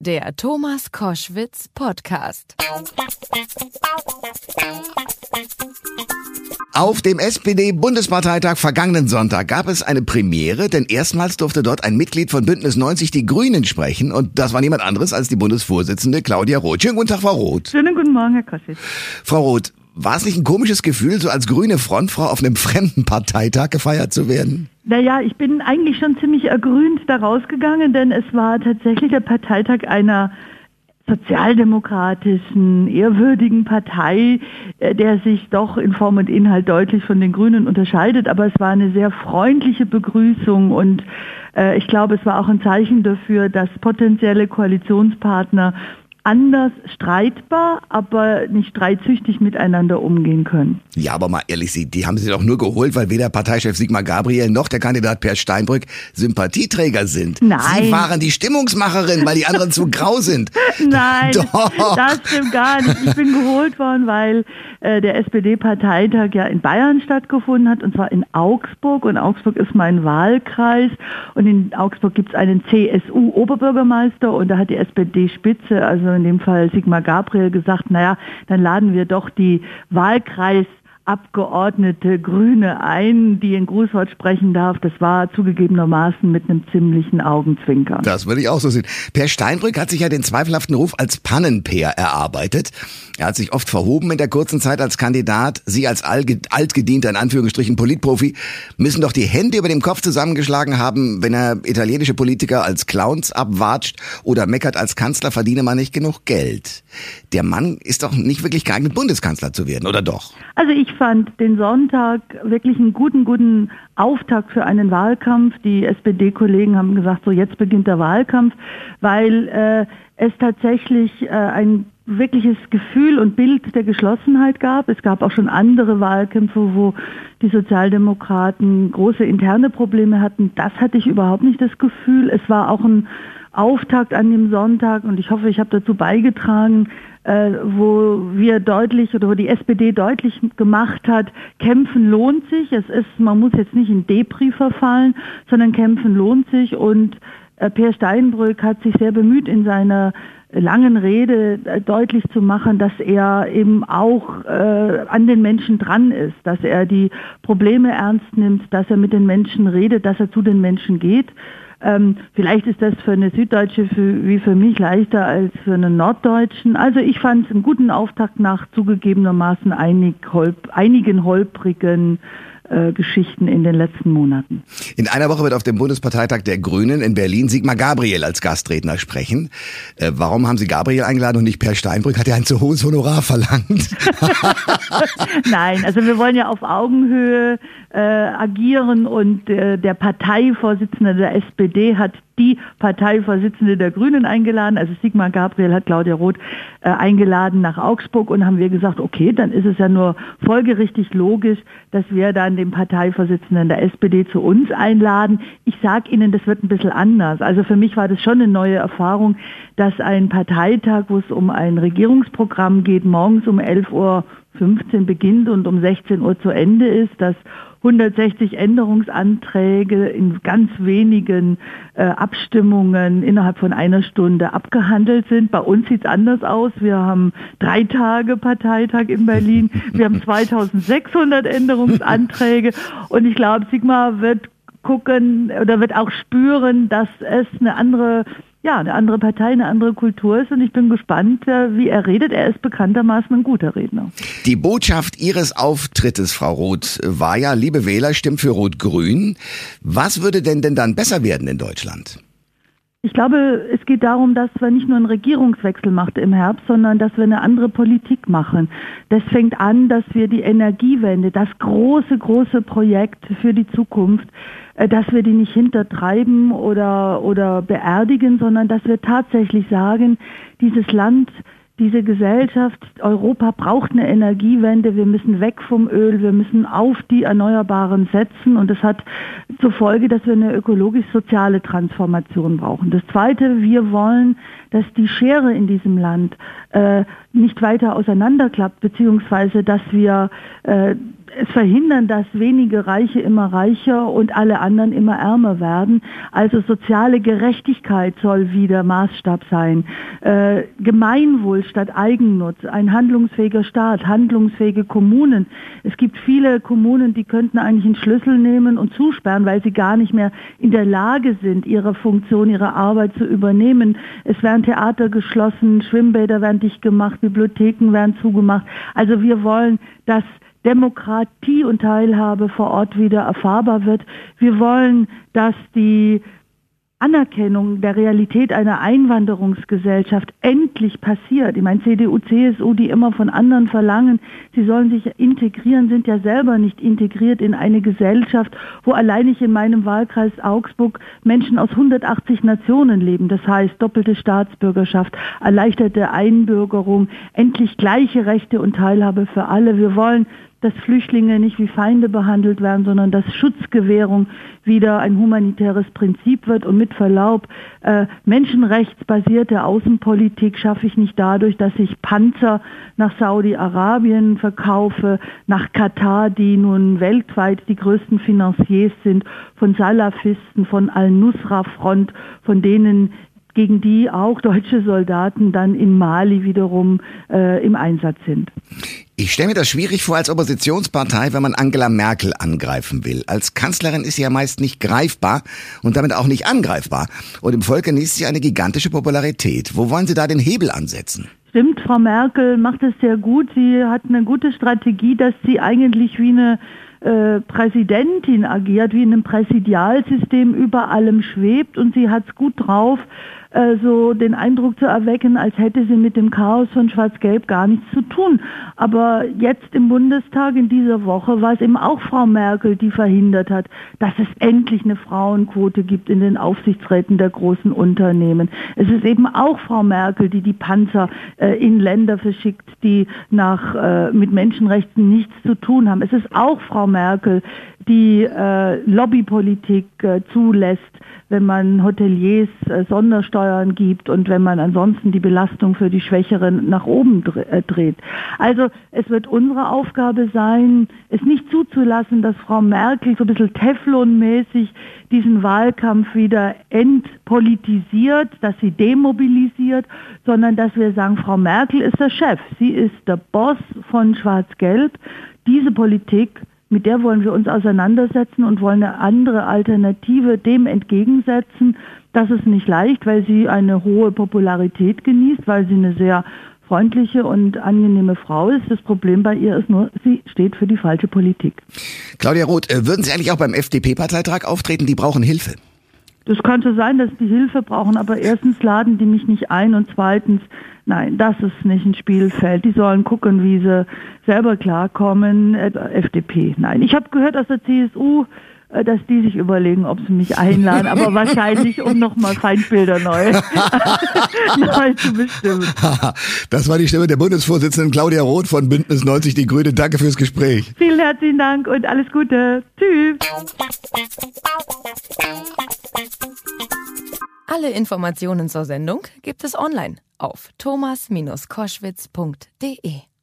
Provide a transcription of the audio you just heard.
Der Thomas Koschwitz Podcast. Auf dem SPD-Bundesparteitag vergangenen Sonntag gab es eine Premiere, denn erstmals durfte dort ein Mitglied von Bündnis 90 Die Grünen sprechen und das war niemand anderes als die Bundesvorsitzende Claudia Roth. Schönen guten Tag, Frau Roth. Schönen guten Morgen, Herr Koschwitz. Frau Roth, war es nicht ein komisches Gefühl, so als grüne Frontfrau auf einem fremden Parteitag gefeiert zu werden? Naja, ich bin eigentlich schon ziemlich ergrünt da rausgegangen, denn es war tatsächlich der Parteitag einer sozialdemokratischen, ehrwürdigen Partei, der sich doch in Form und Inhalt deutlich von den Grünen unterscheidet. Aber es war eine sehr freundliche Begrüßung und ich glaube, es war auch ein Zeichen dafür, dass potenzielle Koalitionspartner anders streitbar, aber nicht streitsüchtig miteinander umgehen können. Ja, aber mal ehrlich, die haben sie doch nur geholt, weil weder Parteichef Sigmar Gabriel noch der Kandidat Peer Steinbrück Sympathieträger sind. Nein. Sie waren die Stimmungsmacherin, weil die anderen zu grau sind. Nein, Doch. das stimmt gar nicht. Ich bin geholt worden, weil der SPD-Parteitag ja in Bayern stattgefunden hat, und zwar in Augsburg. Und Augsburg ist mein Wahlkreis. Und in Augsburg gibt es einen CSU-Oberbürgermeister und da hat die SPD-Spitze, also in dem Fall Sigmar Gabriel, gesagt, naja, dann laden wir doch die Wahlkreisabgeordnete Grüne ein, die ein Grußwort sprechen darf. Das war zugegebenermaßen mit einem ziemlichen Augenzwinkern. Das würde ich auch so sehen. Peer Steinbrück hat sich ja den zweifelhaften Ruf als Pannenpeer erarbeitet. Er hat sich oft verhoben in der kurzen Zeit als Kandidat. Sie als altgedienter, in Anführungsstrichen, Politprofi, müssen doch die Hände über dem Kopf zusammengeschlagen haben, wenn er italienische Politiker als Clowns abwatscht oder meckert, als Kanzler verdiene man nicht genug Geld. Der Mann ist doch nicht wirklich geeignet, Bundeskanzler zu werden, oder doch? Also ich fand den Sonntag wirklich einen guten Auftakt für einen Wahlkampf. Die SPD-Kollegen haben gesagt, so jetzt beginnt der Wahlkampf, weil es tatsächlich ein wirkliches Gefühl und Bild der Geschlossenheit gab. Es gab auch schon andere Wahlkämpfe, wo die Sozialdemokraten große interne Probleme hatten. Das hatte ich überhaupt nicht das Gefühl. Es war auch ein Auftakt an dem Sonntag und ich hoffe, ich habe dazu beigetragen, wo die SPD deutlich gemacht hat, kämpfen lohnt sich. Man muss jetzt nicht in Depri verfallen, sondern kämpfen lohnt sich, und Peer Steinbrück hat sich sehr bemüht, in seiner langen Rede deutlich zu machen, dass er eben auch an den Menschen dran ist, dass er die Probleme ernst nimmt, dass er mit den Menschen redet, dass er zu den Menschen geht. Vielleicht ist das für eine Süddeutsche wie für mich leichter als für einen Norddeutschen. Also ich fand es einen guten Auftakt nach zugegebenermaßen einigen holprigen Geschichten in den letzten Monaten. In einer Woche wird auf dem Bundesparteitag der Grünen in Berlin Sigmar Gabriel als Gastredner sprechen. Warum haben Sie Gabriel eingeladen und nicht Peer Steinbrück? Hat er ein zu hohes Honorar verlangt? Nein, also wir wollen ja auf Augenhöhe agieren, und der Parteivorsitzende der SPD hat die Parteivorsitzende der Grünen eingeladen, also Sigmar Gabriel hat Claudia Roth eingeladen nach Augsburg, und haben wir gesagt, okay, dann ist es ja nur folgerichtig logisch, dass wir dann den Parteivorsitzenden der SPD zu uns einladen. Ich sage Ihnen, das wird ein bisschen anders. Also für mich war das schon eine neue Erfahrung, dass ein Parteitag, wo es um ein Regierungsprogramm geht, morgens um 11:15 Uhr beginnt und um 16 Uhr zu Ende ist, dass 160 Änderungsanträge in ganz wenigen Abstimmungen innerhalb von einer Stunde abgehandelt sind. Bei uns sieht es anders aus. Wir haben 3 Tage Parteitag in Berlin. Wir haben 2600 Änderungsanträge. Und ich glaube, Sigmar wird gucken oder wird auch spüren, dass es eine andere Partei, eine andere Kultur ist, und ich bin gespannt, wie er redet. Er ist bekanntermaßen ein guter Redner. Die Botschaft Ihres Auftrittes, Frau Roth, war ja, liebe Wähler, stimmt für Rot-Grün. Was würde denn dann besser werden in Deutschland? Ich glaube, es geht darum, dass wir nicht nur einen Regierungswechsel machen im Herbst, sondern dass wir eine andere Politik machen. Das fängt an, dass wir die Energiewende, das große Projekt für die Zukunft, dass wir die nicht hintertreiben oder beerdigen, sondern dass wir tatsächlich sagen, dieses Land, diese Gesellschaft, Europa braucht eine Energiewende. Wir müssen weg vom Öl, wir müssen auf die Erneuerbaren setzen, und das hat zur Folge, dass wir eine ökologisch-soziale Transformation brauchen. Das Zweite, wir wollen, dass dass die Schere in diesem Land nicht weiter auseinanderklappt, beziehungsweise dass wir es verhindern, dass wenige Reiche immer reicher und alle anderen immer ärmer werden. Also soziale Gerechtigkeit soll wieder Maßstab sein. Gemeinwohl statt Eigennutz, ein handlungsfähiger Staat, handlungsfähige Kommunen. Es gibt viele Kommunen, die könnten eigentlich einen Schlüssel nehmen und zusperren, weil sie gar nicht mehr in der Lage sind, ihre Funktion, ihre Arbeit zu übernehmen. Es werden Theater geschlossen, Schwimmbäder werden dicht gemacht, Bibliotheken werden zugemacht. Also wir wollen, dass Demokratie und Teilhabe vor Ort wieder erfahrbar wird. Wir wollen, dass die Anerkennung der Realität einer Einwanderungsgesellschaft endlich passiert. Ich meine, CDU, CSU, die immer von anderen verlangen, sie sollen sich integrieren, sind ja selber nicht integriert in eine Gesellschaft, wo alleinig in meinem Wahlkreis Augsburg Menschen aus 180 Nationen leben. Das heißt, doppelte Staatsbürgerschaft, erleichterte Einbürgerung, endlich gleiche Rechte und Teilhabe für alle. Wir wollen, dass Flüchtlinge nicht wie Feinde behandelt werden, sondern dass Schutzgewährung wieder ein humanitäres Prinzip wird. Und mit Verlaub, menschenrechtsbasierte Außenpolitik schaffe ich nicht dadurch, dass ich Panzer nach Saudi-Arabien verkaufe, nach Katar, die nun weltweit die größten Finanziers sind, von Salafisten, von Al-Nusra-Front, von denen gegen die auch deutsche Soldaten dann in Mali wiederum im Einsatz sind. Ich stelle mir das schwierig vor als Oppositionspartei, wenn man Angela Merkel angreifen will. Als Kanzlerin ist sie ja meist nicht greifbar und damit auch nicht angreifbar. Und im Volk genießt sie eine gigantische Popularität. Wo wollen Sie da den Hebel ansetzen? Stimmt, Frau Merkel macht es sehr gut. Sie hat eine gute Strategie, dass sie eigentlich wie eine Präsidentin agiert, wie in einem Präsidialsystem über allem schwebt, und sie hat es gut drauf, so den Eindruck zu erwecken, als hätte sie mit dem Chaos von Schwarz-Gelb gar nichts zu tun. Aber jetzt im Bundestag in dieser Woche war es eben auch Frau Merkel, die verhindert hat, dass es endlich eine Frauenquote gibt in den Aufsichtsräten der großen Unternehmen. Es ist eben auch Frau Merkel, die die Panzer in Länder verschickt, die mit Menschenrechten nichts zu tun haben. Es ist auch Frau Merkel, die Lobbypolitik zulässt, wenn man Hoteliers Sondersteuern gibt und wenn man ansonsten die Belastung für die Schwächeren nach oben dreht. Also es wird unsere Aufgabe sein, es nicht zuzulassen, dass Frau Merkel so ein bisschen Teflonmäßig diesen Wahlkampf wieder entpolitisiert, dass sie demobilisiert, sondern dass wir sagen, Frau Merkel ist der Chef, sie ist der Boss von Schwarz-Gelb. Diese Politik, mit der wollen wir uns auseinandersetzen und wollen eine andere Alternative dem entgegensetzen. Das ist nicht leicht, weil sie eine hohe Popularität genießt, weil sie eine sehr freundliche und angenehme Frau ist. Das Problem bei ihr ist nur, sie steht für die falsche Politik. Claudia Roth, würden Sie eigentlich auch beim FDP-Parteitag auftreten? Die brauchen Hilfe. Das könnte sein, dass die Hilfe brauchen, aber erstens laden die mich nicht ein und zweitens, nein, das ist nicht ein Spielfeld. Die sollen gucken, wie sie selber klarkommen. FDP, nein. Ich habe gehört aus der CSU, dass die sich überlegen, ob sie mich einladen, aber wahrscheinlich, um nochmal Feindbilder neu zu bestimmen. Das war die Stimme der Bundesvorsitzenden Claudia Roth von Bündnis 90 Die Grüne. Danke fürs Gespräch. Vielen herzlichen Dank und alles Gute. Tschüss. Alle Informationen zur Sendung gibt es online auf thomas-koschwitz.de.